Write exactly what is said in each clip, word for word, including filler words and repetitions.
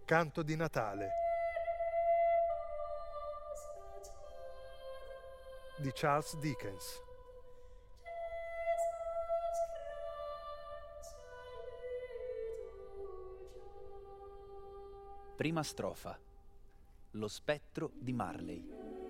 Canto di Natale di Charles Dickens. Prima strofa. Lo spettro di Marley.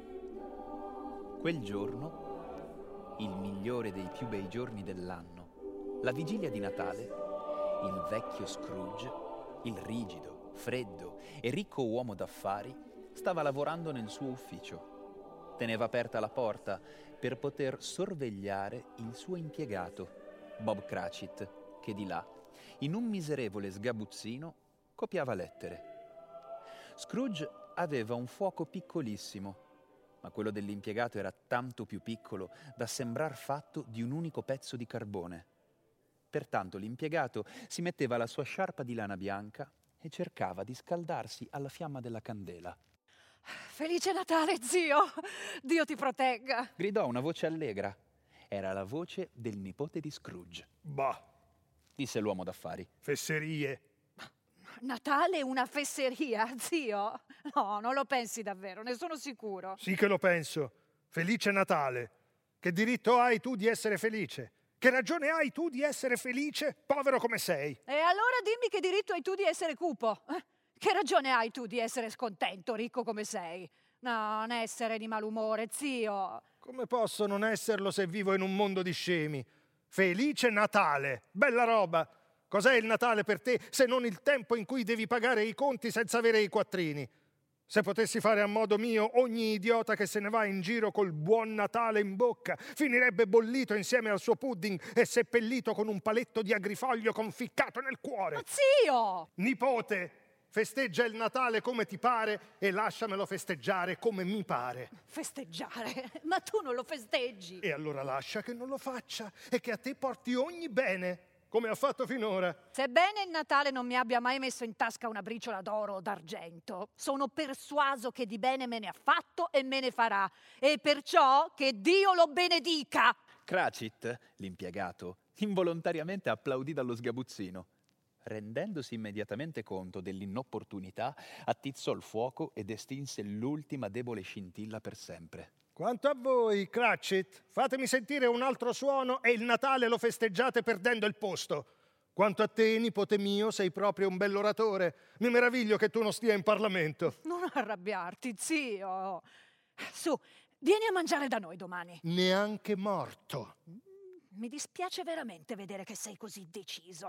Quel giorno, il migliore dei più bei giorni dell'anno, la vigilia di Natale, il vecchio Scrooge, il rigido, freddo e ricco uomo d'affari, stava lavorando nel suo ufficio. Teneva aperta la porta per poter sorvegliare il suo impiegato, Bob Cratchit, che di là, in un miserevole sgabuzzino, copiava lettere. Scrooge aveva un fuoco piccolissimo, ma quello dell'impiegato era tanto più piccolo da sembrar fatto di un unico pezzo di carbone. Pertanto l'impiegato si metteva la sua sciarpa di lana bianca e cercava di scaldarsi alla fiamma della candela. Felice Natale, zio! Dio ti protegga! Gridò una voce allegra. Era la voce del nipote di Scrooge. Bah, Disse l'uomo d'affari. fesserie. Natale è una fesseria, zio? No, non lo pensi davvero, ne sono sicuro. Sì che lo penso. Felice Natale. Che diritto hai tu di essere felice? Che ragione hai tu di essere felice, povero come sei? E allora dimmi che diritto hai tu di essere cupo? Eh? Che ragione hai tu di essere scontento, ricco come sei? No, non essere di malumore, zio. Come posso non esserlo se vivo in un mondo di scemi? Felice Natale, bella roba. Cos'è il Natale per te se non il tempo in cui devi pagare i conti senza avere i quattrini? Se potessi fare a modo mio, ogni idiota che se ne va in giro col buon Natale in bocca finirebbe bollito insieme al suo pudding e seppellito con un paletto di agrifoglio conficcato nel cuore. Ma zio! Nipote, festeggia il Natale come ti pare e lasciamelo festeggiare come mi pare. Festeggiare? Ma tu non lo festeggi. E allora lascia che non lo faccia e che a te porti ogni bene, come ha fatto finora. Sebbene il Natale non mi abbia mai messo in tasca una briciola d'oro o d'argento, sono persuaso che di bene me ne ha fatto e me ne farà, e perciò che Dio lo benedica. Cratchit, l'impiegato, involontariamente applaudì dallo sgabuzzino. Rendendosi immediatamente conto dell'inopportunità, attizzò il fuoco ed estinse l'ultima debole scintilla per sempre. Quanto a voi, Cratchit, fatemi sentire un altro suono e il Natale lo festeggiate perdendo il posto. Quanto a te, nipote mio, sei proprio un bell'oratore. Mi meraviglio che tu non stia in Parlamento. Non arrabbiarti, zio. Su, vieni a mangiare da noi domani. Neanche morto. Mi dispiace veramente vedere che sei così deciso.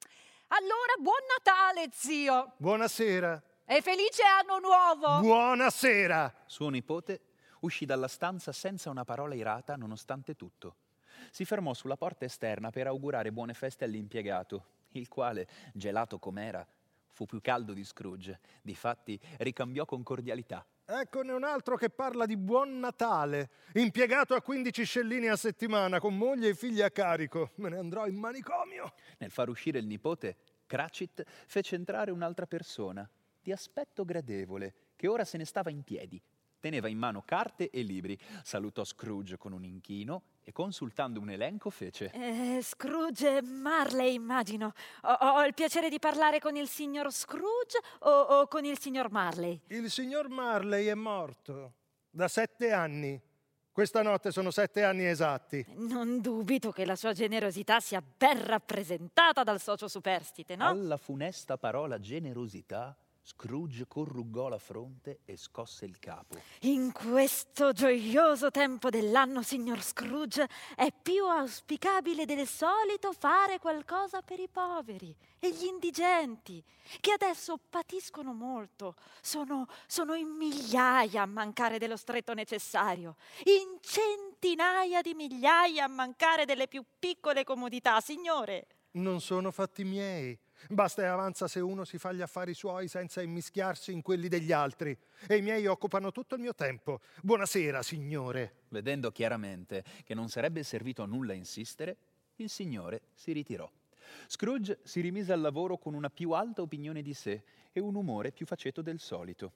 Allora, buon Natale, zio! Buonasera. E felice anno nuovo! Buonasera. Suo nipote uscì dalla stanza senza una parola irata nonostante tutto. Si fermò sulla porta esterna per augurare buone feste all'impiegato, il quale, gelato com'era, fu più caldo di Scrooge. Difatti ricambiò con cordialità. Eccone un altro che parla di buon Natale, impiegato a quindici scellini a settimana, con moglie e figli a carico. Me ne andrò in manicomio. Nel far uscire il nipote, Cratchit fece entrare un'altra persona, di aspetto gradevole, che ora se ne stava in piedi. Teneva in mano carte e libri, salutò Scrooge con un inchino e consultando un elenco fece... Eh, Scrooge Marley, immagino. Ho, ho il piacere di parlare con il signor Scrooge o, o con il signor Marley? Il signor Marley è morto da sette anni. Questa notte sono sette anni esatti. Non dubito che la sua generosità sia ben rappresentata dal socio superstite, no? Alla funesta parola generosità, Scrooge corruggò la fronte e scosse il capo. In questo gioioso tempo dell'anno, signor Scrooge, è più auspicabile del solito fare qualcosa per i poveri e gli indigenti, che adesso patiscono molto. Sono, sono in migliaia a mancare dello stretto necessario, in centinaia di migliaia a mancare delle più piccole comodità, signore. Non sono fatti miei. Basta e avanza se uno si fa gli affari suoi senza immischiarsi in quelli degli altri. E i miei occupano tutto il mio tempo. Buonasera, signore. Vedendo chiaramente che non sarebbe servito a nulla insistere, il signore si ritirò. Scrooge si rimise al lavoro con una più alta opinione di sé e un umore più faceto del solito.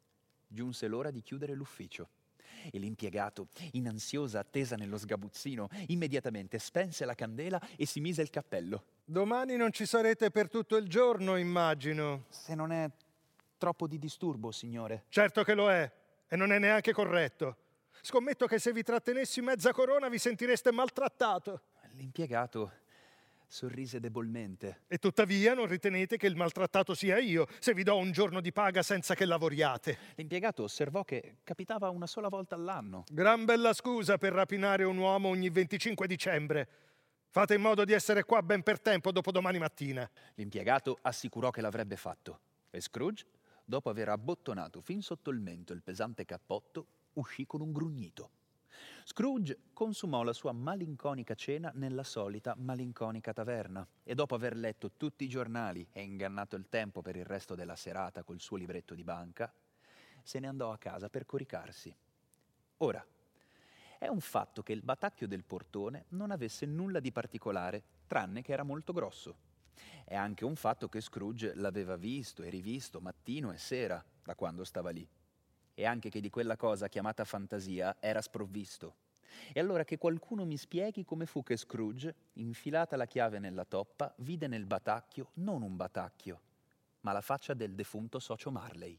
Giunse l'ora di chiudere l'ufficio. E l'impiegato, in ansiosa attesa nello sgabuzzino, immediatamente spense la candela e si mise il cappello. Domani non ci sarete per tutto il giorno, immagino. Se non è troppo di disturbo, signore. Certo che lo è, e non è neanche corretto. Scommetto che se vi trattenessi mezza corona vi sentireste maltrattato. L'impiegato sorrise debolmente. E tuttavia non ritenete che il maltrattato sia io, se vi do un giorno di paga senza che lavoriate. L'impiegato osservò che capitava una sola volta all'anno. Gran bella scusa per rapinare un uomo ogni venticinque dicembre. Fate in modo di essere qua ben per tempo dopo domani mattina. L'impiegato assicurò che l'avrebbe fatto. E Scrooge, dopo aver abbottonato fin sotto il mento il pesante cappotto, uscì con un grugnito. Scrooge consumò la sua malinconica cena nella solita malinconica taverna e dopo aver letto tutti i giornali e ingannato il tempo per il resto della serata col suo libretto di banca, se ne andò a casa per coricarsi. Ora, è un fatto che il batacchio del portone non avesse nulla di particolare, tranne che era molto grosso. È anche un fatto che Scrooge l'aveva visto e rivisto mattino e sera da quando stava lì. E anche che di quella cosa chiamata fantasia era sprovvisto. E allora che qualcuno mi spieghi come fu che Scrooge, infilata la chiave nella toppa, vide nel batacchio non un batacchio, ma la faccia del defunto socio Marley.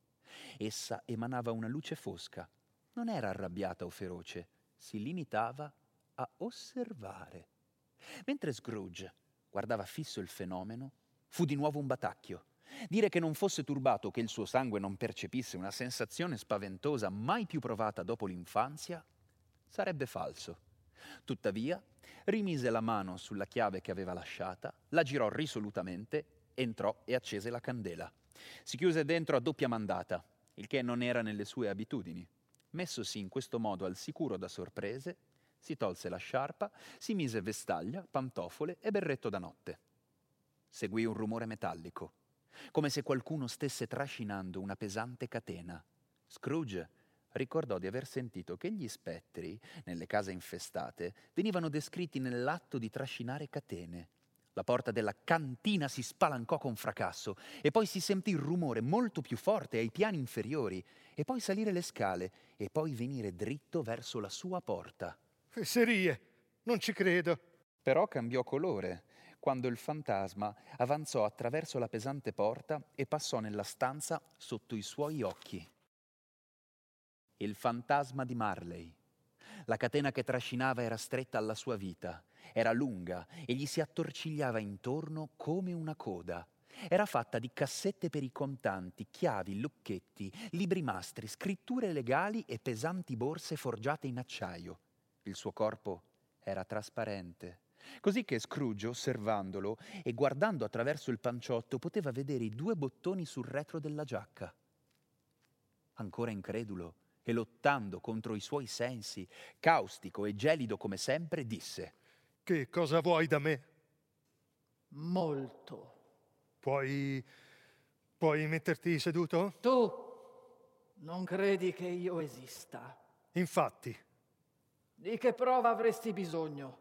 Essa emanava una luce fosca, non era arrabbiata o feroce, si limitava a osservare. Mentre Scrooge guardava fisso il fenomeno, fu di nuovo un batacchio. Dire che non fosse turbato, che il suo sangue non percepisse una sensazione spaventosa mai più provata dopo l'infanzia, sarebbe falso. Tuttavia, rimise la mano sulla chiave che aveva lasciata, la girò risolutamente, entrò e accese la candela. Si chiuse dentro a doppia mandata, il che non era nelle sue abitudini. Messosi in questo modo al sicuro da sorprese, si tolse la sciarpa, si mise vestaglia, pantofole e berretto da notte. Seguì un rumore metallico, come se qualcuno stesse trascinando una pesante catena. Scrooge ricordò di aver sentito che gli spettri, nelle case infestate, venivano descritti nell'atto di trascinare catene. La porta della cantina si spalancò con fracasso e poi si sentì il rumore molto più forte ai piani inferiori e poi salire le scale e poi venire dritto verso la sua porta. Fesserie, non ci credo. Però cambiò colore quando il fantasma avanzò attraverso la pesante porta e passò nella stanza sotto i suoi occhi. Il fantasma di Marley. La catena che trascinava era stretta alla sua vita, era lunga e gli si attorcigliava intorno come una coda. Era fatta di cassette per i contanti, chiavi, lucchetti, libri mastri, scritture legali e pesanti borse forgiate in acciaio. Il suo corpo era trasparente, così che Scrooge, osservandolo e guardando attraverso il panciotto, poteva vedere i due bottoni sul retro della giacca. Ancora incredulo e lottando contro i suoi sensi, caustico e gelido come sempre, disse: Che cosa vuoi da me? Molto. Puoi... puoi metterti seduto? Tu non credi che io esista? Infatti. Di che prova avresti bisogno?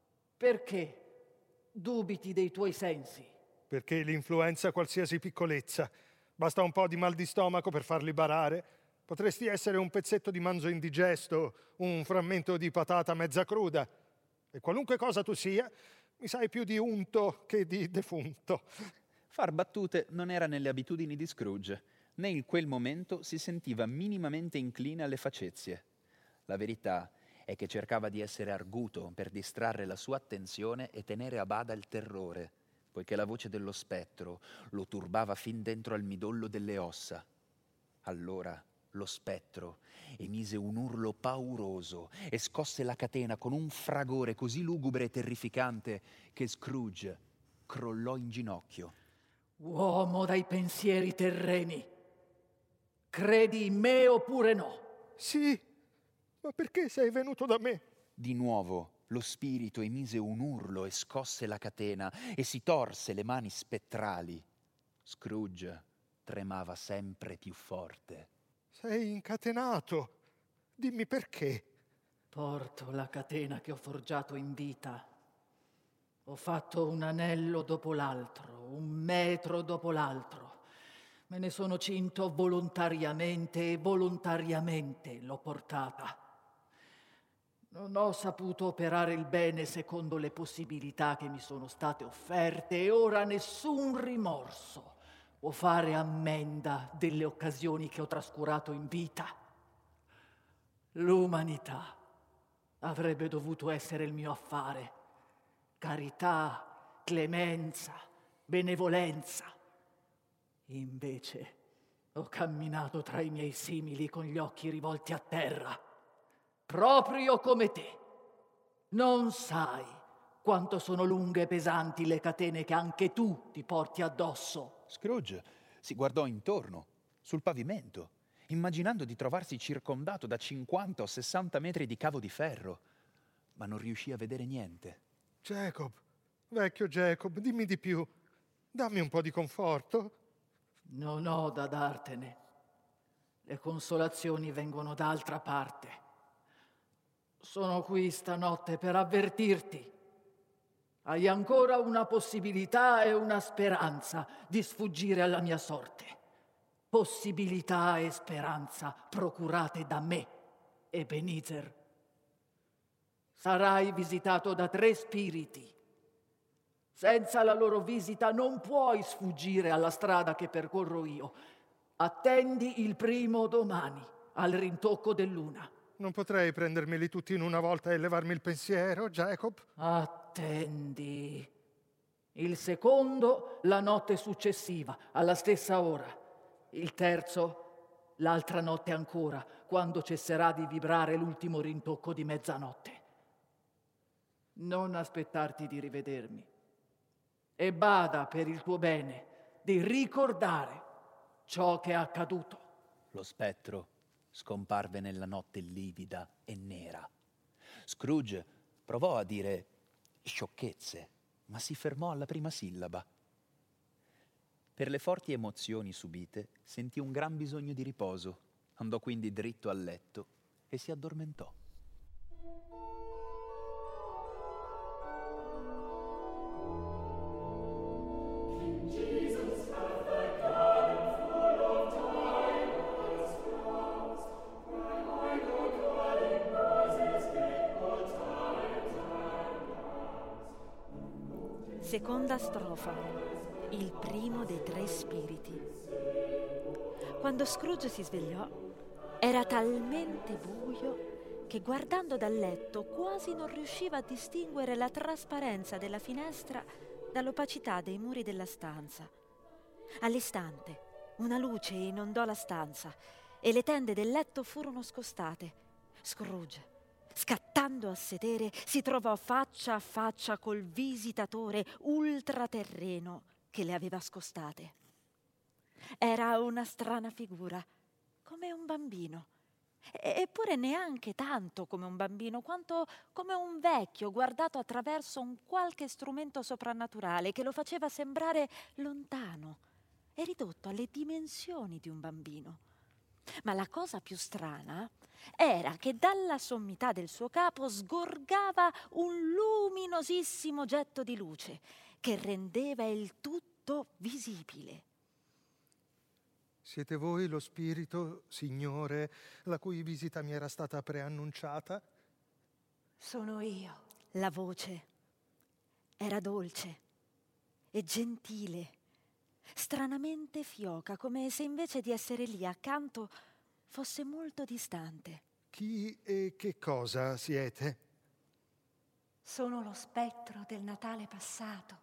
Perché dubiti dei tuoi sensi? Perché l'influenza qualsiasi piccolezza. Basta un po' di mal di stomaco per farli barare. Potresti essere un pezzetto di manzo indigesto, un frammento di patata mezza cruda. E qualunque cosa tu sia, mi sai più di unto che di defunto. Far battute non era nelle abitudini di Scrooge, né in quel momento si sentiva minimamente incline alle facezie. La verità è che cercava di essere arguto per distrarre la sua attenzione e tenere a bada il terrore, poiché la voce dello spettro lo turbava fin dentro al midollo delle ossa. Allora lo spettro emise un urlo pauroso e scosse la catena con un fragore così lugubre e terrificante che Scrooge crollò in ginocchio. Uomo dai pensieri terreni, credi in me oppure no? Sì, ma perché sei venuto da me? Di nuovo lo spirito emise un urlo e scosse la catena e si torse le mani spettrali. Scrooge tremava sempre più forte. Sei incatenato. Dimmi perché. Porto la catena che ho forgiato in vita. Ho fatto un anello dopo l'altro, un metro dopo l'altro. Me ne sono cinto volontariamente e volontariamente l'ho portata. Non ho saputo operare il bene secondo le possibilità che mi sono state offerte e ora nessun rimorso o fare ammenda delle occasioni che ho trascurato in vita. L'umanità avrebbe dovuto essere il mio affare. Carità, clemenza, benevolenza. Invece ho camminato tra i miei simili con gli occhi rivolti a terra, proprio come te. Non sai quanto sono lunghe e pesanti le catene che anche tu ti porti addosso. Scrooge si guardò intorno, sul pavimento, immaginando di trovarsi circondato da cinquanta o sessanta metri di cavo di ferro, ma non riuscì a vedere niente. Jacob, vecchio Jacob, dimmi di più. Dammi un po' di conforto. Non ho da dartene. Le consolazioni vengono da altra parte. Sono qui stanotte per avvertirti. Hai ancora una possibilità e una speranza di sfuggire alla mia sorte. Possibilità e speranza procurate da me, Ebenezer. Sarai visitato da tre spiriti. Senza la loro visita non puoi sfuggire alla strada che percorro io. Attendi il primo domani, al rintocco del luna. Non potrei prendermeli tutti in una volta e levarmi il pensiero, Jacob? Attendi. Il secondo, la notte successiva, alla stessa ora. Il terzo, l'altra notte ancora, quando cesserà di vibrare l'ultimo rintocco di mezzanotte. Non aspettarti di rivedermi. E bada, per il tuo bene, di ricordare ciò che è accaduto. Lo spettro scomparve nella notte livida e nera. Scrooge provò a dire sciocchezze, ma si fermò alla prima sillaba. Per le forti emozioni subite sentì un gran bisogno di riposo, andò quindi dritto al letto e si addormentò. Seconda strofa, il primo dei tre spiriti. Quando Scrooge si svegliò, era talmente buio che guardando dal letto quasi non riusciva a distinguere la trasparenza della finestra dall'opacità dei muri della stanza. All'istante una luce inondò la stanza e le tende del letto furono scostate. Scrooge, scattando a sedere, si trovò faccia a faccia col visitatore ultraterreno che le aveva scostate. Era una strana figura, come un bambino, eppure neanche tanto come un bambino, quanto come un vecchio guardato attraverso un qualche strumento soprannaturale che lo faceva sembrare lontano e ridotto alle dimensioni di un bambino. Ma la cosa più strana era che dalla sommità del suo capo sgorgava un luminosissimo getto di luce che rendeva il tutto visibile. Siete voi lo spirito, Signore, la cui visita mi era stata preannunciata? Sono io. La voce era dolce e gentile, stranamente fioca, come se invece di essere lì accanto fosse molto distante. Chi e che cosa siete? Sono lo spettro del Natale passato.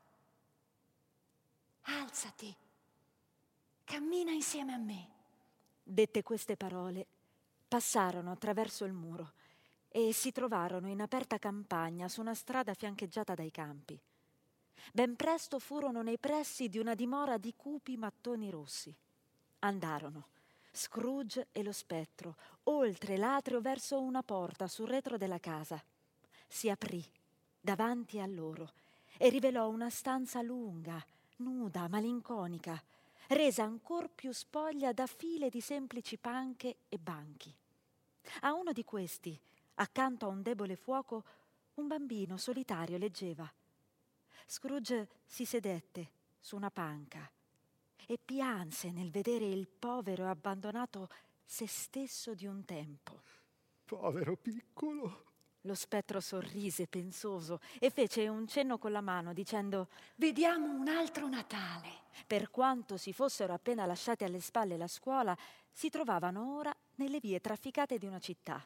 Alzati, cammina insieme a me. Dette queste parole, passarono attraverso il muro e si trovarono in aperta campagna su una strada fiancheggiata dai campi. Ben presto furono nei pressi di una dimora di cupi mattoni rossi. Andarono, Scrooge e lo spettro, oltre l'atrio verso una porta sul retro della casa. Si aprì davanti a loro e rivelò una stanza lunga, nuda, malinconica, resa ancor più spoglia da file di semplici panche e banchi. A uno di questi, accanto a un debole fuoco, un bambino solitario leggeva. Scrooge si sedette su una panca e pianse nel vedere il povero e abbandonato se stesso di un tempo. Povero piccolo. Lo spettro sorrise pensoso e fece un cenno con la mano dicendo: vediamo un altro Natale. Per quanto si fossero appena lasciati alle spalle la scuola, si trovavano ora nelle vie trafficate di una città.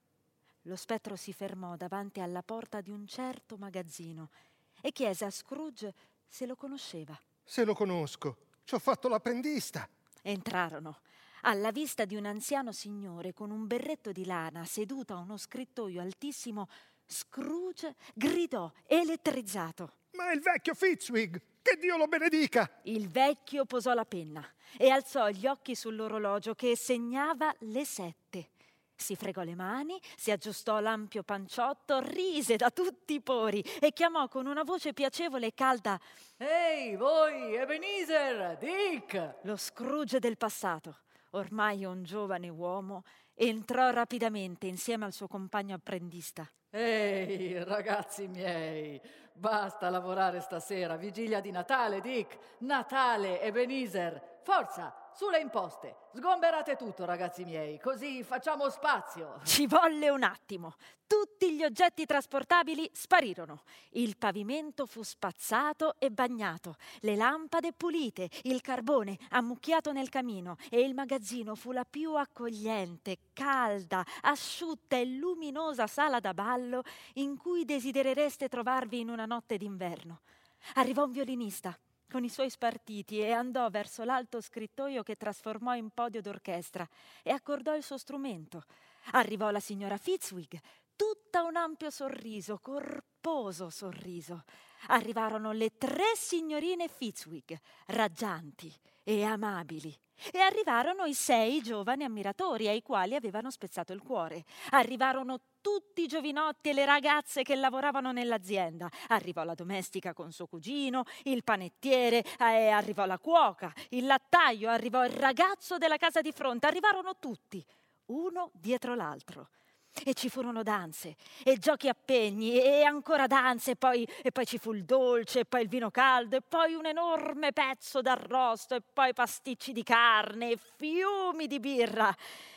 Lo spettro si fermò davanti alla porta di un certo magazzino e chiese a Scrooge se lo conosceva. Se lo conosco, ci ho fatto l'apprendista. Entrarono. Alla vista di un anziano signore con un berretto di lana seduto a uno scrittoio altissimo, Scrooge gridò elettrizzato: Ma è il vecchio Fitzwig! Che Dio lo benedica! Il vecchio posò la penna e alzò gli occhi sull'orologio che segnava le sette. Si fregò le mani, si aggiustò l'ampio panciotto, rise da tutti i pori e chiamò con una voce piacevole e calda: Ehi, voi, Ebenezer, Dick! Lo Scrooge del passato, ormai un giovane uomo, entrò rapidamente insieme al suo compagno apprendista. Ehi, ragazzi miei, basta lavorare stasera, vigilia di Natale, Dick, Natale, Ebenezer, forza, sulle imposte, sgomberate tutto, ragazzi miei, così facciamo spazio. Ci volle un attimo. Tutti gli oggetti trasportabili sparirono. Il pavimento fu spazzato e bagnato, le lampade pulite, il carbone ammucchiato nel camino e il magazzino fu la più accogliente, calda, asciutta e luminosa sala da ballo in cui desiderereste trovarvi in una notte d'inverno. Arrivò un violinista con i suoi spartiti e andò verso l'alto scrittoio che trasformò in podio d'orchestra e accordò il suo strumento. Arrivò la signora Fitzwig, tutta un ampio sorriso, corposo sorriso. Arrivarono le tre signorine Fitzwig, raggianti e amabili. E arrivarono i sei giovani ammiratori ai quali avevano spezzato il cuore. Arrivarono tutti i giovinotti e le ragazze che lavoravano nell'azienda. Arrivò la domestica con suo cugino, il panettiere, eh, arrivò la cuoca, il lattaio, arrivò il ragazzo della casa di fronte. Arrivarono tutti, uno dietro l'altro. E ci furono danze e giochi a pegni e ancora danze e poi, e poi ci fu il dolce e poi il vino caldo e poi un enorme pezzo d'arrosto e poi pasticci di carne e fiumi di birra.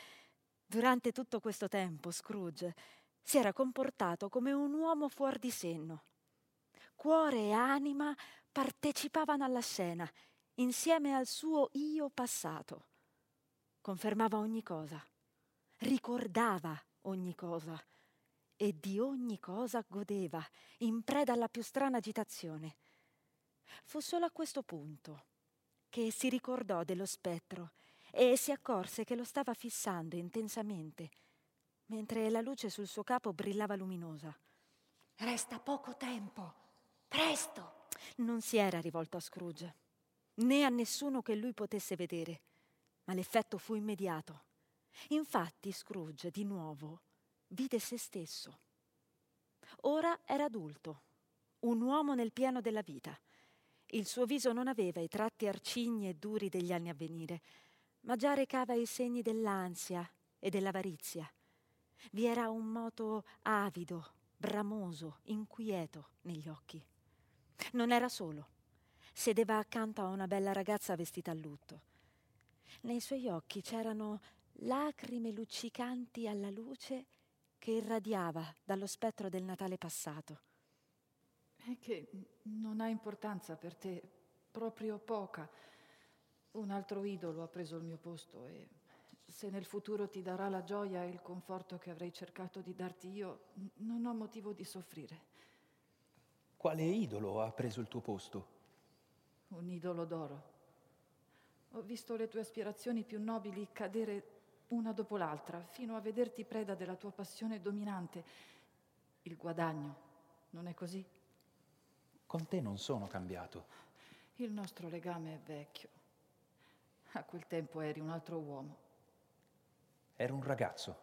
Durante tutto questo tempo Scrooge si era comportato come un uomo fuor di senno. Cuore e anima partecipavano alla scena insieme al suo io passato. Confermava ogni cosa, ricordava ogni cosa e di ogni cosa godeva, in preda alla più strana agitazione. Fu solo a questo punto che si ricordò dello spettro e si accorse che lo stava fissando intensamente, mentre la luce sul suo capo brillava luminosa. Resta poco tempo, presto! Non si era rivolto a Scrooge, né a nessuno che lui potesse vedere, ma l'effetto fu immediato. Infatti Scrooge, di nuovo, vide se stesso. Ora era adulto, un uomo nel pieno della vita. Il suo viso non aveva i tratti arcigni e duri degli anni a venire, ma già recava i segni dell'ansia e dell'avarizia. Vi era un moto avido, bramoso, inquieto negli occhi. Non era solo. Sedeva accanto a una bella ragazza vestita a lutto. Nei suoi occhi c'erano lacrime luccicanti alla luce che irradiava dallo spettro del Natale passato. È che non ha importanza per te, proprio poca. Un altro idolo ha preso il mio posto e se nel futuro ti darà la gioia e il conforto che avrei cercato di darti io, non ho motivo di soffrire. Quale idolo ha preso il tuo posto? Un idolo d'oro. Ho visto le tue aspirazioni più nobili cadere una dopo l'altra, fino a vederti preda della tua passione dominante, il guadagno. Non è così? Con te non sono cambiato. Il nostro legame è vecchio. A quel tempo eri un altro uomo. Ero un ragazzo.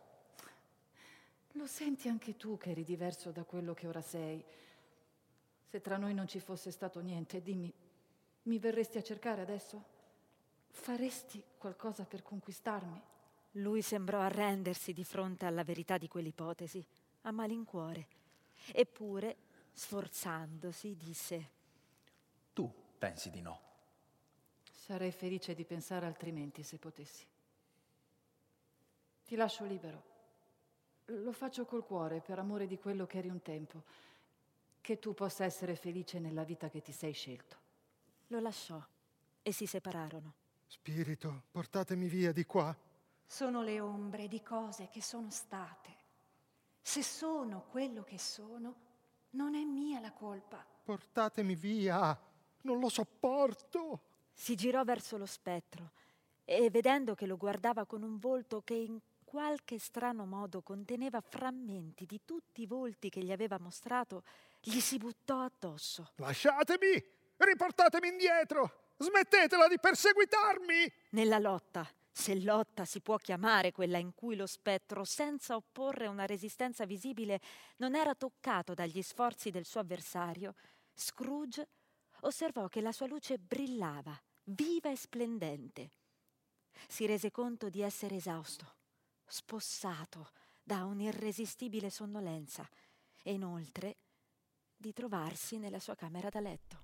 Lo senti anche tu che eri diverso da quello che ora sei? Se tra noi non ci fosse stato niente, dimmi, mi verresti a cercare adesso? Faresti qualcosa per conquistarmi? Lui sembrò arrendersi di fronte alla verità di quell'ipotesi, a malincuore. Eppure, sforzandosi, disse: Tu pensi di no. Sarei felice di pensare altrimenti se potessi. Ti lascio libero. Lo faccio col cuore, per amore di quello che eri un tempo. Che tu possa essere felice nella vita che ti sei scelto. Lo lasciò e si separarono. Spirito, portatemi via di qua. Sono le ombre di cose che sono state. Se sono quello che sono, non è mia la colpa. Portatemi via, non lo sopporto. Si girò verso lo spettro e, vedendo che lo guardava con un volto che in qualche strano modo conteneva frammenti di tutti i volti che gli aveva mostrato, gli si buttò addosso. Lasciatemi! Riportatemi indietro! Smettetela di perseguitarmi! Nella lotta, se lotta si può chiamare quella in cui lo spettro, senza opporre una resistenza visibile, non era toccato dagli sforzi del suo avversario, Scrooge osservò che la sua luce brillava, viva e splendente. Si rese conto di essere esausto, spossato da un'irresistibile sonnolenza e inoltre di trovarsi nella sua camera da letto.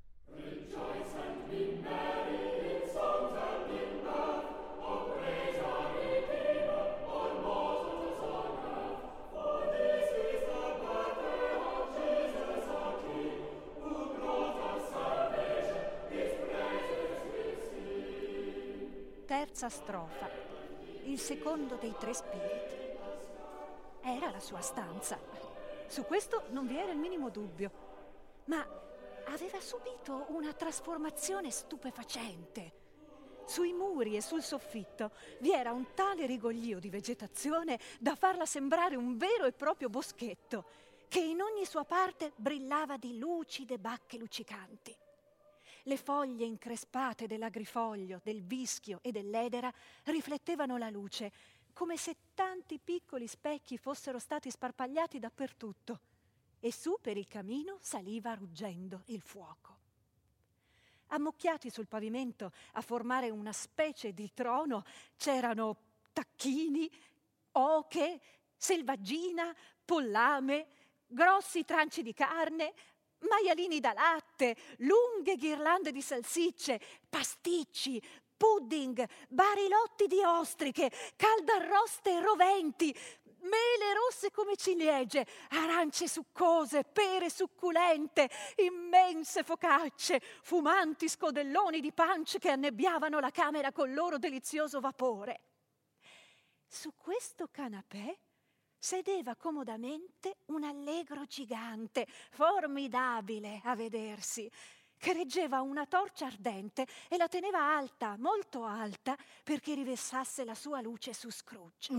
Terza strofa, il secondo dei tre spiriti. Era la sua stanza. Su questo non vi era il minimo dubbio. Ma aveva subito una trasformazione stupefacente. Sui muri e sul soffitto vi era un tale rigoglio di vegetazione da farla sembrare un vero e proprio boschetto, che in ogni sua parte brillava di lucide bacche luccicanti. Le foglie increspate dell'agrifoglio, del vischio e dell'edera riflettevano la luce, come se tanti piccoli specchi fossero stati sparpagliati dappertutto, e su per il camino saliva ruggendo il fuoco. Ammucchiati sul pavimento a formare una specie di trono c'erano tacchini, oche, selvaggina, pollame, grossi tranci di carne, maialini da latte, lunghe ghirlande di salsicce, pasticci, pudding, barilotti di ostriche, caldarroste roventi, mele rosse come ciliegie, arance succose, pere succulente, immense focacce, fumanti scodelloni di pance che annebbiavano la camera col loro delizioso vapore. Su questo canapè sedeva comodamente un allegro gigante, formidabile a vedersi, che reggeva una torcia ardente e la teneva alta, molto alta, perché riversasse la sua luce su Scrooge.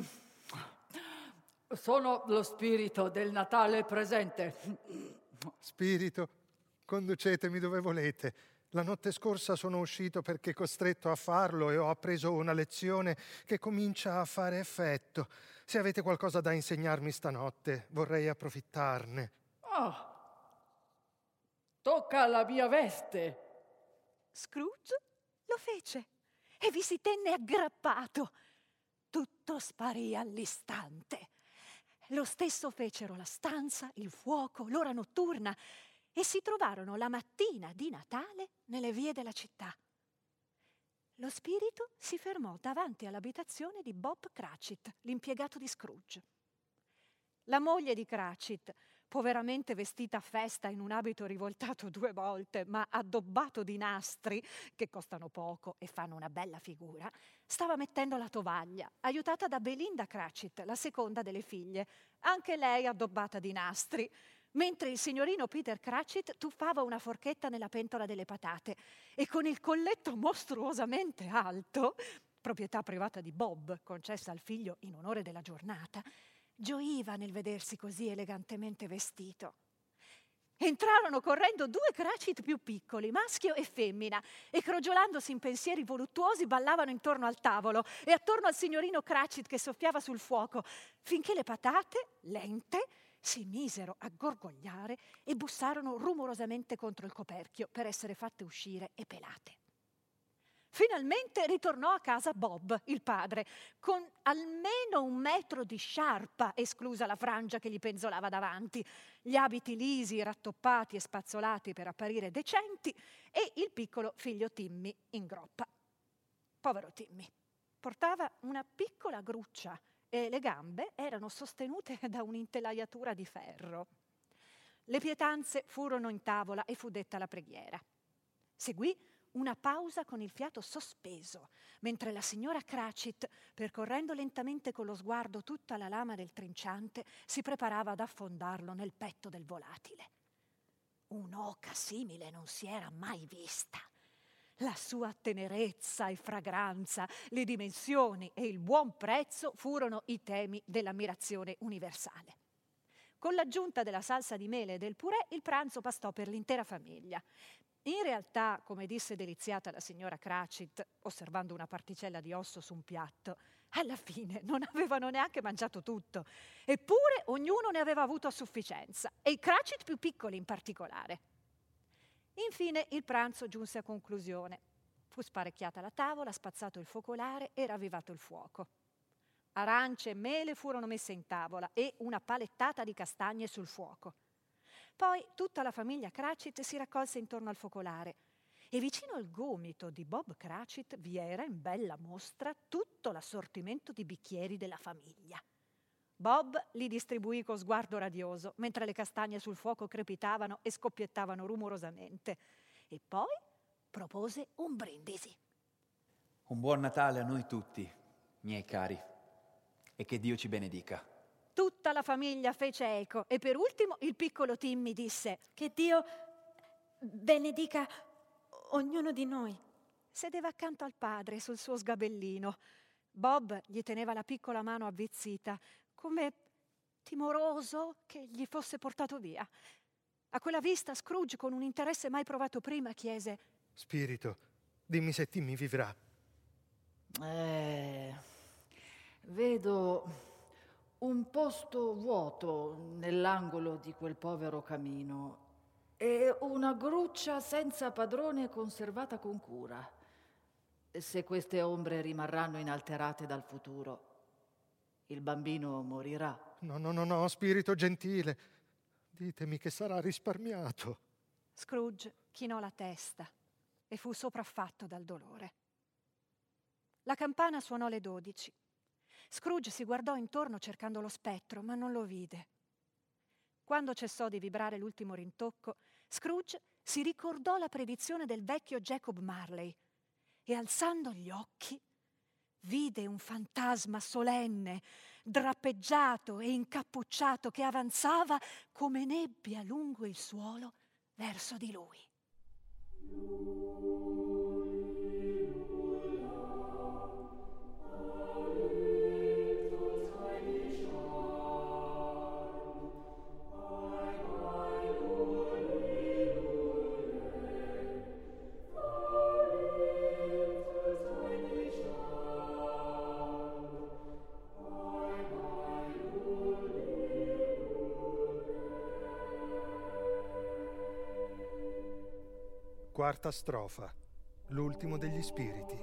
Sono lo spirito del Natale presente. Spirito, conducetemi dove volete. La notte scorsa sono uscito perché costretto a farlo e ho appreso una lezione che comincia a fare effetto. Se avete qualcosa da insegnarmi stanotte, vorrei approfittarne. Oh, tocca alla mia veste. Scrooge lo fece e vi si tenne aggrappato. Tutto sparì all'istante. Lo stesso fecero la stanza, il fuoco, l'ora notturna e si trovarono la mattina di Natale nelle vie della città. Lo spirito si fermò davanti all'abitazione di Bob Cratchit, l'impiegato di Scrooge. La moglie di Cratchit, poveramente vestita a festa in un abito rivoltato due volte, ma addobbato di nastri, che costano poco e fanno una bella figura, stava mettendo la tovaglia, aiutata da Belinda Cratchit, la seconda delle figlie, anche lei addobbata di nastri, mentre il signorino Peter Cratchit tuffava una forchetta nella pentola delle patate e con il colletto mostruosamente alto, proprietà privata di Bob, concessa al figlio in onore della giornata, gioiva nel vedersi così elegantemente vestito. Entrarono correndo due Cratchit più piccoli, maschio e femmina, e crogiolandosi in pensieri voluttuosi ballavano intorno al tavolo e attorno al signorino Cratchit che soffiava sul fuoco, finché le patate, lente, si misero a gorgogliare e bussarono rumorosamente contro il coperchio per essere fatte uscire e pelate. Finalmente ritornò a casa Bob, il padre, con almeno un metro di sciarpa, esclusa la frangia che gli penzolava davanti, gli abiti lisi, rattoppati e spazzolati per apparire decenti e il piccolo figlio Timmy in groppa. Povero Timmy, portava una piccola gruccia e le gambe erano sostenute da un'intelaiatura di ferro. Le pietanze furono in tavola e fu detta la preghiera. Seguì una pausa con il fiato sospeso, mentre la signora Cratchit, percorrendo lentamente con lo sguardo tutta la lama del trinciante, si preparava ad affondarlo nel petto del volatile. Un'oca simile non si era mai vista. La sua tenerezza e fragranza, le dimensioni e il buon prezzo furono i temi dell'ammirazione universale. Con l'aggiunta della salsa di mele e del purè, il pranzo bastò per l'intera famiglia. In realtà, come disse deliziata la signora Cratchit, osservando una particella di osso su un piatto, alla fine non avevano neanche mangiato tutto. Eppure ognuno ne aveva avuto a sufficienza, e i Cratchit più piccoli in particolare. Infine il pranzo giunse a conclusione. Fu sparecchiata la tavola, spazzato il focolare e ravvivato il fuoco. Arance e mele furono messe in tavola e una palettata di castagne sul fuoco. Poi tutta la famiglia Cratchit si raccolse intorno al focolare e vicino al gomito di Bob Cratchit vi era in bella mostra tutto l'assortimento di bicchieri della famiglia. Bob li distribuì con sguardo radioso, mentre le castagne sul fuoco crepitavano e scoppiettavano rumorosamente. E poi propose un brindisi. Un buon Natale a noi tutti, miei cari, e che Dio ci benedica. Tutta la famiglia fece eco e per ultimo il piccolo Timmy disse: Che Dio benedica ognuno di noi. Sedeva accanto al padre sul suo sgabellino. Bob gli teneva la piccola mano avvizzita, come timoroso che gli fosse portato via. A quella vista Scrooge, con un interesse mai provato prima, chiese: Spirito, dimmi se Timmy vivrà. Eh, vedo un posto vuoto nell'angolo di quel povero camino e una gruccia senza padrone conservata con cura. Se queste ombre rimarranno inalterate dal futuro, il bambino morirà. No, no, no, no, spirito gentile, ditemi che sarà risparmiato. Scrooge chinò la testa e fu sopraffatto dal dolore. La campana suonò le dodici. Scrooge si guardò intorno cercando lo spettro, ma non lo vide. Quando cessò di vibrare l'ultimo rintocco, Scrooge si ricordò la predizione del vecchio Jacob Marley e, alzando gli occhi, vide un fantasma solenne, drappeggiato e incappucciato che avanzava come nebbia lungo il suolo verso di lui. Quarta strofa, l'ultimo degli spiriti.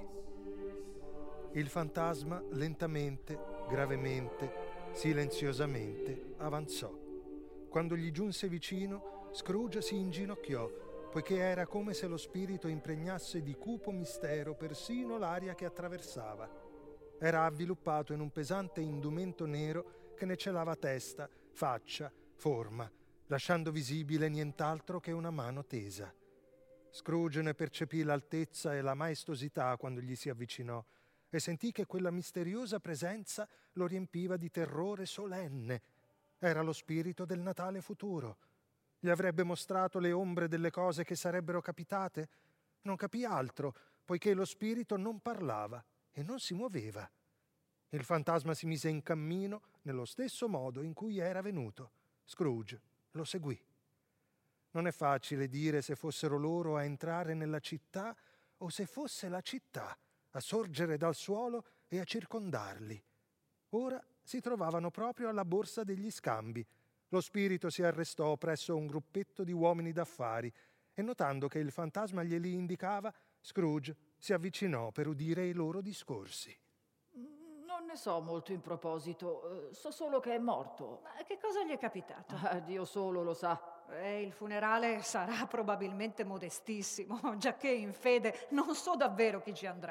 Il fantasma lentamente, gravemente, silenziosamente avanzò. Quando gli giunse vicino, Scrooge si inginocchiò, poiché era come se lo spirito impregnasse di cupo mistero persino l'aria che attraversava. Era avviluppato in un pesante indumento nero che ne celava testa, faccia, forma, lasciando visibile nient'altro che una mano tesa. Scrooge ne percepì l'altezza e la maestosità quando gli si avvicinò e sentì che quella misteriosa presenza lo riempiva di terrore solenne. Era lo spirito del Natale futuro. Gli avrebbe mostrato le ombre delle cose che sarebbero capitate? Non capì altro, poiché lo spirito non parlava e non si muoveva. Il fantasma si mise in cammino nello stesso modo in cui era venuto. Scrooge lo seguì. Non è facile dire se fossero loro a entrare nella città o se fosse la città a sorgere dal suolo e a circondarli. Ora si trovavano proprio alla borsa degli scambi. Lo spirito si arrestò presso un gruppetto di uomini d'affari e, notando che il fantasma glieli indicava, Scrooge si avvicinò per udire i loro discorsi. Non ne so molto in proposito, so solo che è morto. Ma che cosa gli è capitato? Ah, Dio solo lo sa. Eh, il funerale sarà probabilmente modestissimo, giacché in fede non so davvero chi ci andrà.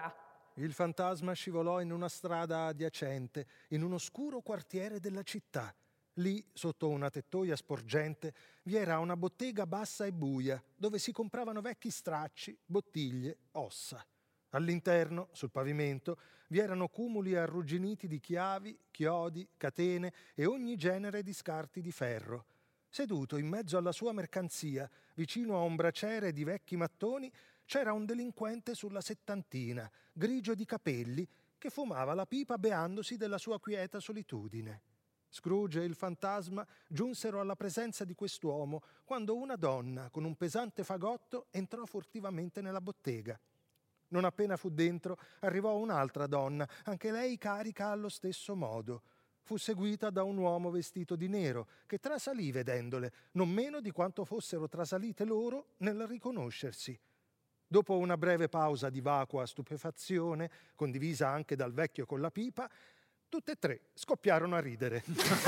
Il fantasma scivolò in una strada adiacente, in un oscuro quartiere della città. Lì, sotto una tettoia sporgente, vi era una bottega bassa e buia, dove si compravano vecchi stracci, bottiglie, ossa. All'interno, sul pavimento, vi erano cumuli arrugginiti di chiavi, chiodi, catene e ogni genere di scarti di ferro. Seduto in mezzo alla sua mercanzia, vicino a un braciere di vecchi mattoni, c'era un delinquente sulla settantina, grigio di capelli, che fumava la pipa beandosi della sua quieta solitudine. Scrooge e il fantasma giunsero alla presenza di quest'uomo quando una donna con un pesante fagotto entrò furtivamente nella bottega. Non appena fu dentro, arrivò un'altra donna, anche lei carica allo stesso modo. Fu seguita da un uomo vestito di nero, che trasalì vedendole, non meno di quanto fossero trasalite loro nel riconoscersi. Dopo una breve pausa di vacua stupefazione, condivisa anche dal vecchio con la pipa, tutte e tre scoppiarono a ridere.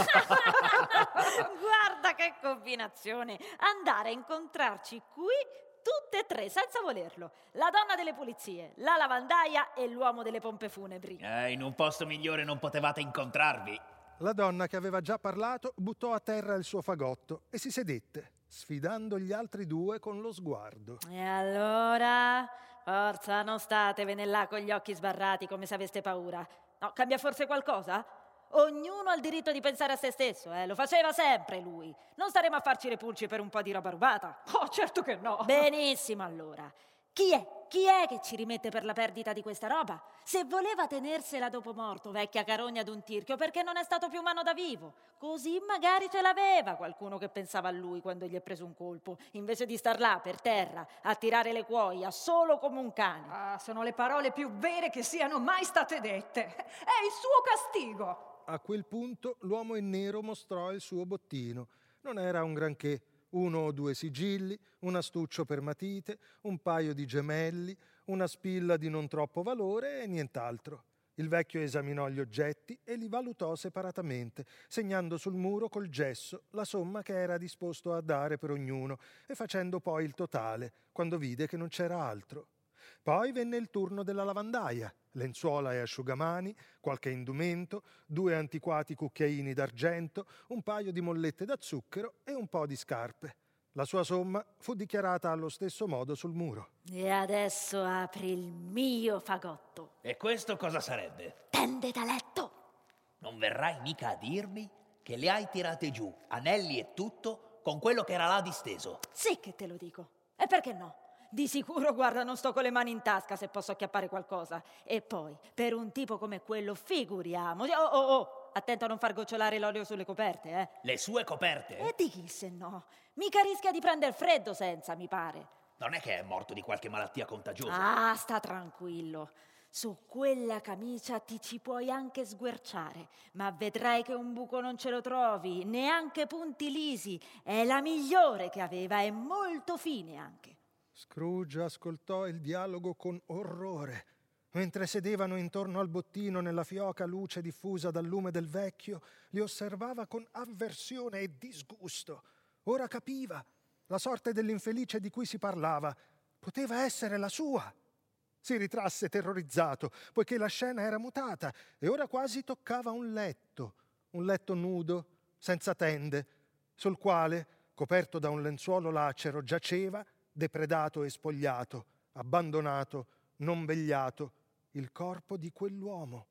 Guarda che combinazione! Andare a incontrarci qui tutte e tre, senza volerlo. La donna delle pulizie, la lavandaia e l'uomo delle pompe funebri. Eh, in un posto migliore non potevate incontrarvi. La donna, che aveva già parlato, buttò a terra il suo fagotto e si sedette, sfidando gli altri due con lo sguardo. E allora, forza, non statevene là con gli occhi sbarrati come se aveste paura. No, cambia forse qualcosa? Ognuno ha il diritto di pensare a se stesso, eh? Lo faceva sempre lui. Non staremo a farci le pulci per un po' di roba rubata. Oh, certo che no. Benissimo, allora. Chi è? Chi è che ci rimette per la perdita di questa roba? Se voleva tenersela dopo morto, vecchia carogna d'un tirchio, perché non è stato più umano da vivo. Così magari ce l'aveva qualcuno che pensava a lui quando gli è preso un colpo, invece di star là per terra a tirare le cuoia solo come un cane. Ah, sono le parole più vere che siano mai state dette. È il suo castigo. A quel punto l'uomo in nero mostrò il suo bottino. Non era un granché. Uno o due sigilli, un astuccio per matite, un paio di gemelli, una spilla di non troppo valore e nient'altro. Il vecchio esaminò gli oggetti e li valutò separatamente, segnando sul muro col gesso la somma che era disposto a dare per ognuno e facendo poi il totale, quando vide che non c'era altro. Poi venne il turno della lavandaia, lenzuola e asciugamani, qualche indumento, due antiquati cucchiaini d'argento, un paio di mollette da zucchero e un po' di scarpe. La sua somma fu dichiarata allo stesso modo sul muro. E adesso apri il mio fagotto. E questo cosa sarebbe? Tende da letto. Non verrai mica a dirmi che le hai tirate giù, anelli e tutto, con quello che era là disteso? Sì che te lo dico. E perché no? Di sicuro, guarda, non sto con le mani in tasca se posso acchiappare qualcosa. E poi, per un tipo come quello, figuriamoci. Oh, oh, oh, attento a non far gocciolare l'olio sulle coperte, eh. Le sue coperte? E di chi se no? Mica rischia di prendere freddo senza, mi pare. Non è che è morto di qualche malattia contagiosa? Ah, sta tranquillo. Su quella camicia ti ci puoi anche sguerciare, ma vedrai che un buco non ce lo trovi, neanche punti lisi. È la migliore che aveva, è molto fine anche. Scrooge ascoltò il dialogo con orrore. Mentre sedevano intorno al bottino nella fioca luce diffusa dal lume del vecchio, li osservava con avversione e disgusto. Ora capiva. La sorte dell'infelice di cui si parlava poteva essere la sua. Si ritrasse terrorizzato, poiché la scena era mutata e ora quasi toccava un letto, un letto nudo, senza tende, sul quale, coperto da un lenzuolo lacero, giaceva, depredato e spogliato, abbandonato, non vegliato, il corpo di quell'uomo.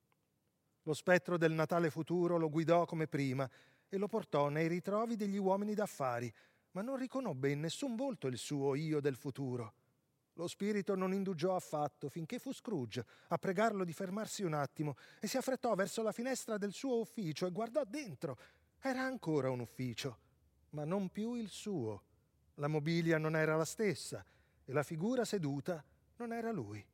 Lo spettro del Natale futuro lo guidò come prima e lo portò nei ritrovi degli uomini d'affari, ma non riconobbe in nessun volto il suo io del futuro. Lo spirito non indugiò affatto finché fu Scrooge a pregarlo di fermarsi un attimo e si affrettò verso la finestra del suo ufficio e guardò dentro. Era ancora un ufficio, ma non più il suo. La mobilia non era la stessa e la figura seduta non era lui.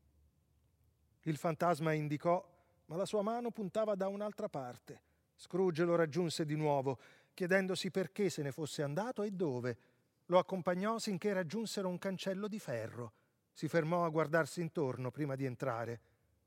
Il fantasma indicò, ma la sua mano puntava da un'altra parte. Scrooge lo raggiunse di nuovo, chiedendosi perché se ne fosse andato e dove. Lo accompagnò sinché raggiunsero un cancello di ferro. Si fermò a guardarsi intorno prima di entrare.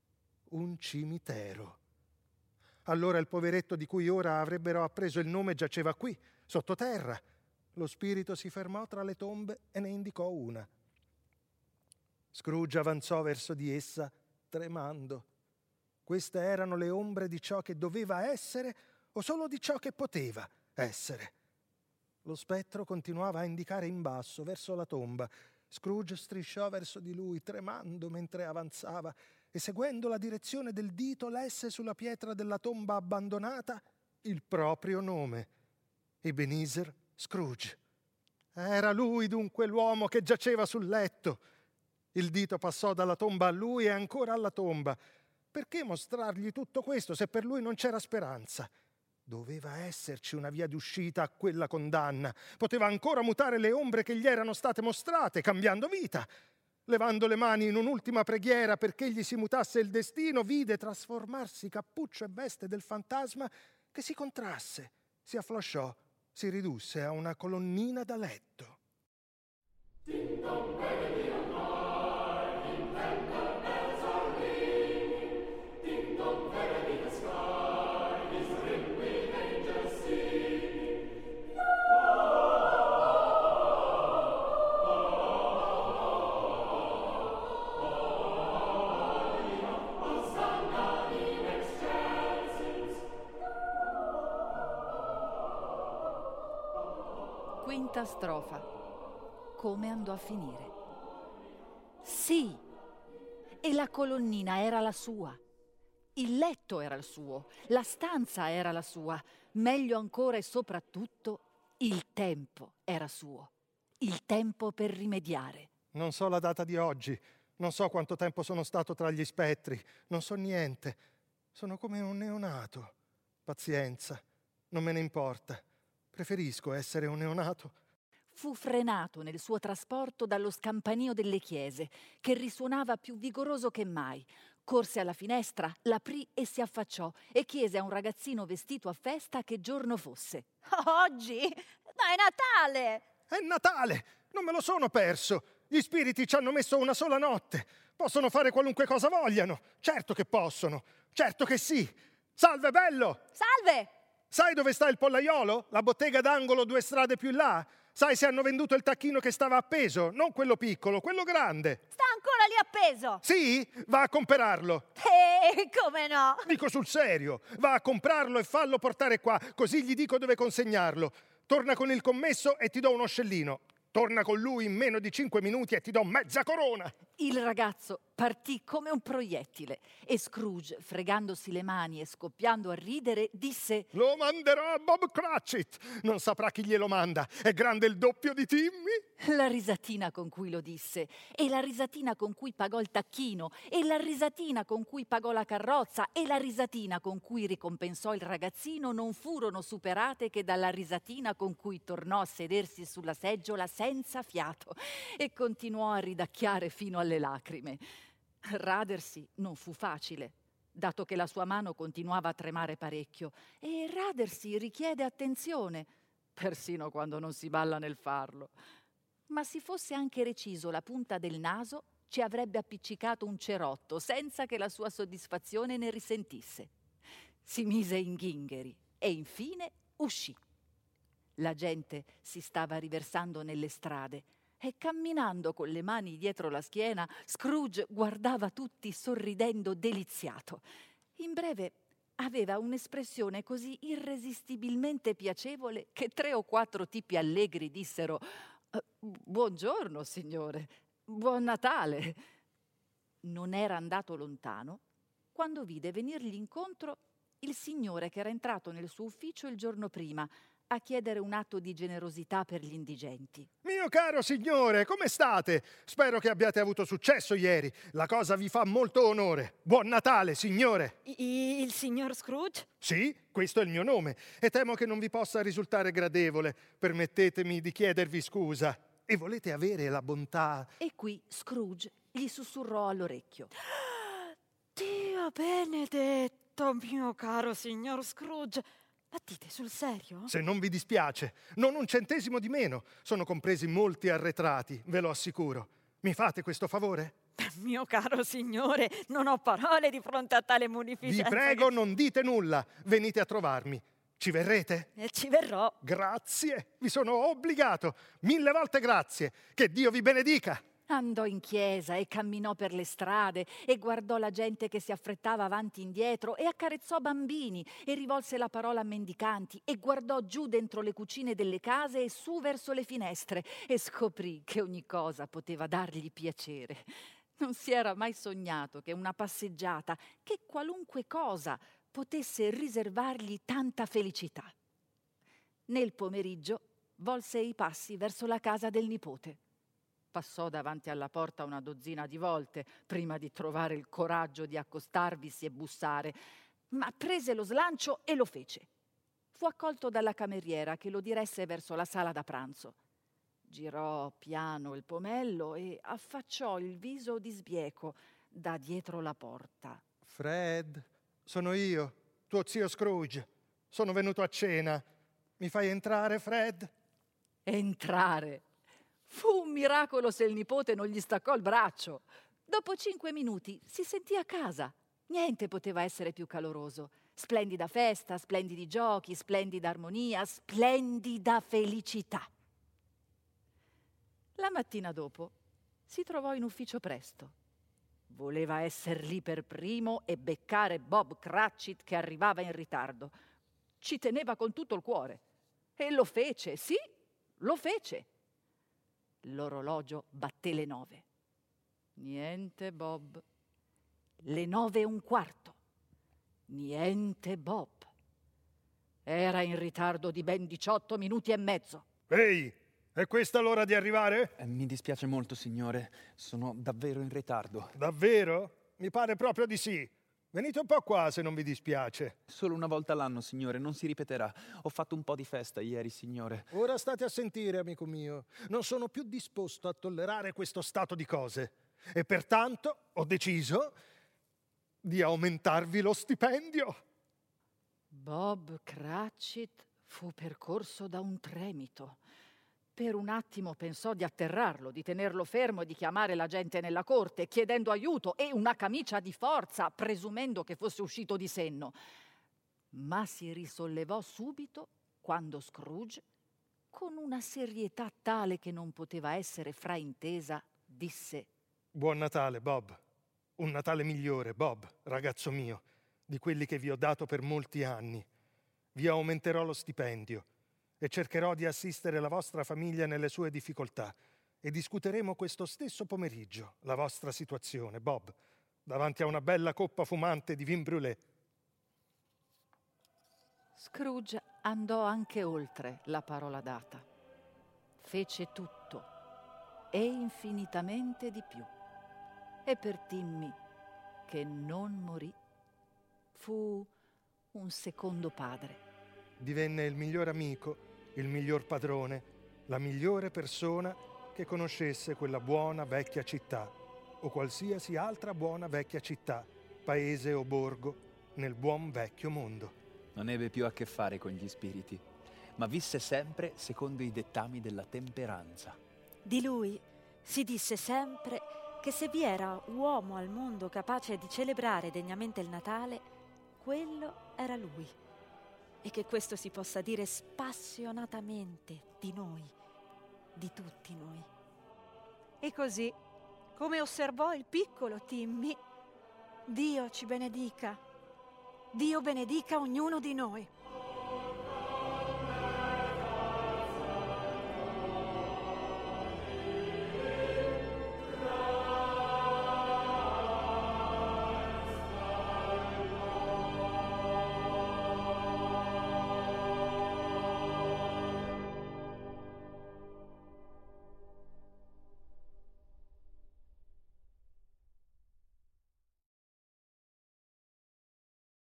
Un cimitero. Allora il poveretto di cui ora avrebbero appreso il nome giaceva qui, sottoterra. Lo spirito si fermò tra le tombe e ne indicò una. Scrooge avanzò verso di essa tremando. Queste erano le ombre di ciò che doveva essere o solo di ciò che poteva essere? Lo spettro continuava a indicare in basso, verso la tomba. Scrooge strisciò verso di lui, tremando mentre avanzava, e seguendo la direzione del dito lesse sulla pietra della tomba abbandonata il proprio nome: Ebenezer Scrooge. Era lui dunque l'uomo che giaceva sul letto. Il dito passò dalla tomba a lui e ancora alla tomba. Perché mostrargli tutto questo se per lui non c'era speranza? Doveva esserci una via d'uscita a quella condanna. Poteva ancora mutare le ombre che gli erano state mostrate, cambiando vita. Levando le mani in un'ultima preghiera perché gli si mutasse il destino, vide trasformarsi cappuccio e veste del fantasma che si contrasse, si afflosciò, si ridusse a una colonnina da letto. Quinta strofa. Come andò a finire? Sì, e la colonnina era la sua, il letto era il suo, la stanza era la sua, meglio ancora e soprattutto il tempo era suo, il tempo per rimediare. Non so la data di oggi, non so quanto tempo sono stato tra gli spettri, non so niente. Sono come un neonato. Pazienza, non me ne importa. Preferisco essere un neonato. Fu frenato nel suo trasporto dallo scampanio delle chiese, che risuonava più vigoroso che mai. Corse alla finestra, l'aprì e si affacciò e chiese a un ragazzino vestito a festa che giorno fosse. Oggi? Ma è Natale! È Natale! Non me lo sono perso! Gli spiriti ci hanno messo una sola notte! Possono fare qualunque cosa vogliano! Certo che possono! Certo che sì! Salve, bello! Salve! Sai dove sta il pollaiolo? La bottega d'angolo due strade più in là? Sai se hanno venduto il tacchino che stava appeso? Non quello piccolo, quello grande. Sta ancora lì appeso? Sì? Va a comprarlo. Eh, come no? Dico sul serio. Va a comprarlo e fallo portare qua, così gli dico dove consegnarlo. Torna con il commesso e ti do uno scellino. Torna con lui in meno di cinque minuti e ti do mezza corona. Il ragazzo partì come un proiettile e Scrooge, fregandosi le mani e scoppiando a ridere, disse: Lo manderò a Bob Cratchit. Non saprà chi glielo manda. È grande il doppio di Timmy? La risatina con cui lo disse, e la risatina con cui pagò il tacchino, e la risatina con cui pagò la carrozza, e la risatina con cui ricompensò il ragazzino non furono superate che dalla risatina con cui tornò a sedersi sulla seggiola senza fiato e continuò a ridacchiare fino alle lacrime. Radersi non fu facile, dato che la sua mano continuava a tremare parecchio, e radersi richiede attenzione, persino quando non si balla nel farlo. Ma si fosse anche reciso la punta del naso, ci avrebbe appiccicato un cerotto, senza che la sua soddisfazione ne risentisse. Si mise in ghingheri e infine uscì. La gente si stava riversando nelle strade e camminando con le mani dietro la schiena, Scrooge guardava tutti sorridendo deliziato. In breve, aveva un'espressione così irresistibilmente piacevole che tre o quattro tipi allegri dissero: «Buongiorno, signore, buon Natale!» Non era andato lontano quando vide venirgli incontro il signore che era entrato nel suo ufficio il giorno prima a chiedere un atto di generosità per gli indigenti. Mio caro signore, come state? Spero che abbiate avuto successo ieri. La cosa vi fa molto onore. Buon Natale, signore! I- il signor Scrooge? Sì, questo è il mio nome e temo che non vi possa risultare gradevole. Permettetemi di chiedervi scusa. E volete avere la bontà... E qui Scrooge gli sussurrò all'orecchio: Dio benedetto, mio caro signor Scrooge. Ma dite sul serio? Se non vi dispiace, non un centesimo di meno. Sono compresi molti arretrati, ve lo assicuro. Mi fate questo favore? Mio caro signore, non ho parole di fronte a tale Vi munificenza. prego, che... non dite nulla. Venite a trovarmi. Ci verrete? E ci verrò. Grazie, vi sono obbligato. Mille volte grazie. Che Dio vi benedica. Andò in chiesa e camminò per le strade e guardò la gente che si affrettava avanti e indietro e accarezzò bambini e rivolse la parola a mendicanti e guardò giù dentro le cucine delle case e su verso le finestre e scoprì che ogni cosa poteva dargli piacere. Non si era mai sognato che una passeggiata, che qualunque cosa, potesse riservargli tanta felicità. Nel pomeriggio volse i passi verso la casa del nipote. Passò davanti alla porta una dozzina di volte prima di trovare il coraggio di accostarvisi e bussare, ma prese lo slancio e lo fece. Fu accolto dalla cameriera che lo diresse verso la sala da pranzo. Girò piano il pomello e affacciò il viso di sbieco da dietro la porta. Fred, sono io, tuo zio Scrooge. Sono venuto a cena. Mi fai entrare, Fred? Entrare? Fu un miracolo se il nipote non gli staccò il braccio. Dopo cinque minuti si sentì a casa. Niente poteva essere più caloroso. Splendida festa, splendidi giochi, splendida armonia, splendida felicità. La mattina dopo si trovò in ufficio presto. Voleva essere lì per primo e beccare Bob Cratchit che arrivava in ritardo. Ci teneva con tutto il cuore. E lo fece, sì, lo fece. L'orologio batté le nove. Niente Bob. Le nove e un quarto. Niente Bob. Era in ritardo di ben diciotto minuti e mezzo. Ehi, è questa l'ora di arrivare? Eh, mi dispiace molto, signore. Sono davvero in ritardo. Davvero? Mi pare proprio di sì. Venite un po' qua se non vi dispiace. Solo una volta all'anno, signore, non si ripeterà. Ho fatto un po' di festa ieri, signore. Ora state a sentire, amico mio. Non sono più disposto a tollerare questo stato di cose. E pertanto ho deciso di aumentarvi lo stipendio. Bob Cratchit fu percorso da un tremito. Per un attimo pensò di atterrarlo, di tenerlo fermo e di chiamare la gente nella corte, chiedendo aiuto e una camicia di forza, presumendo che fosse uscito di senno. Ma si risollevò subito quando Scrooge, con una serietà tale che non poteva essere fraintesa, disse: Buon Natale, Bob. Un Natale migliore, Bob, ragazzo mio, di quelli che vi ho dato per molti anni. Vi aumenterò lo stipendio e cercherò di assistere la vostra famiglia nelle sue difficoltà e discuteremo questo stesso pomeriggio la vostra situazione, Bob, davanti a una bella coppa fumante di vin brûlé. Scrooge andò anche oltre la parola data. Fece tutto e infinitamente di più. E per Timmy, che non morì, fu un secondo padre. Divenne il miglior amico, il miglior padrone, la migliore persona che conoscesse quella buona vecchia città o qualsiasi altra buona vecchia città, paese o borgo nel buon vecchio mondo. Non ebbe più a che fare con gli spiriti, ma visse sempre secondo i dettami della temperanza. Di lui si disse sempre che se vi era uomo al mondo capace di celebrare degnamente il Natale, quello era lui. E che questo si possa dire spassionatamente di noi, di tutti noi. E così, come osservò il piccolo Timmy, Dio ci benedica. Dio benedica ognuno di noi.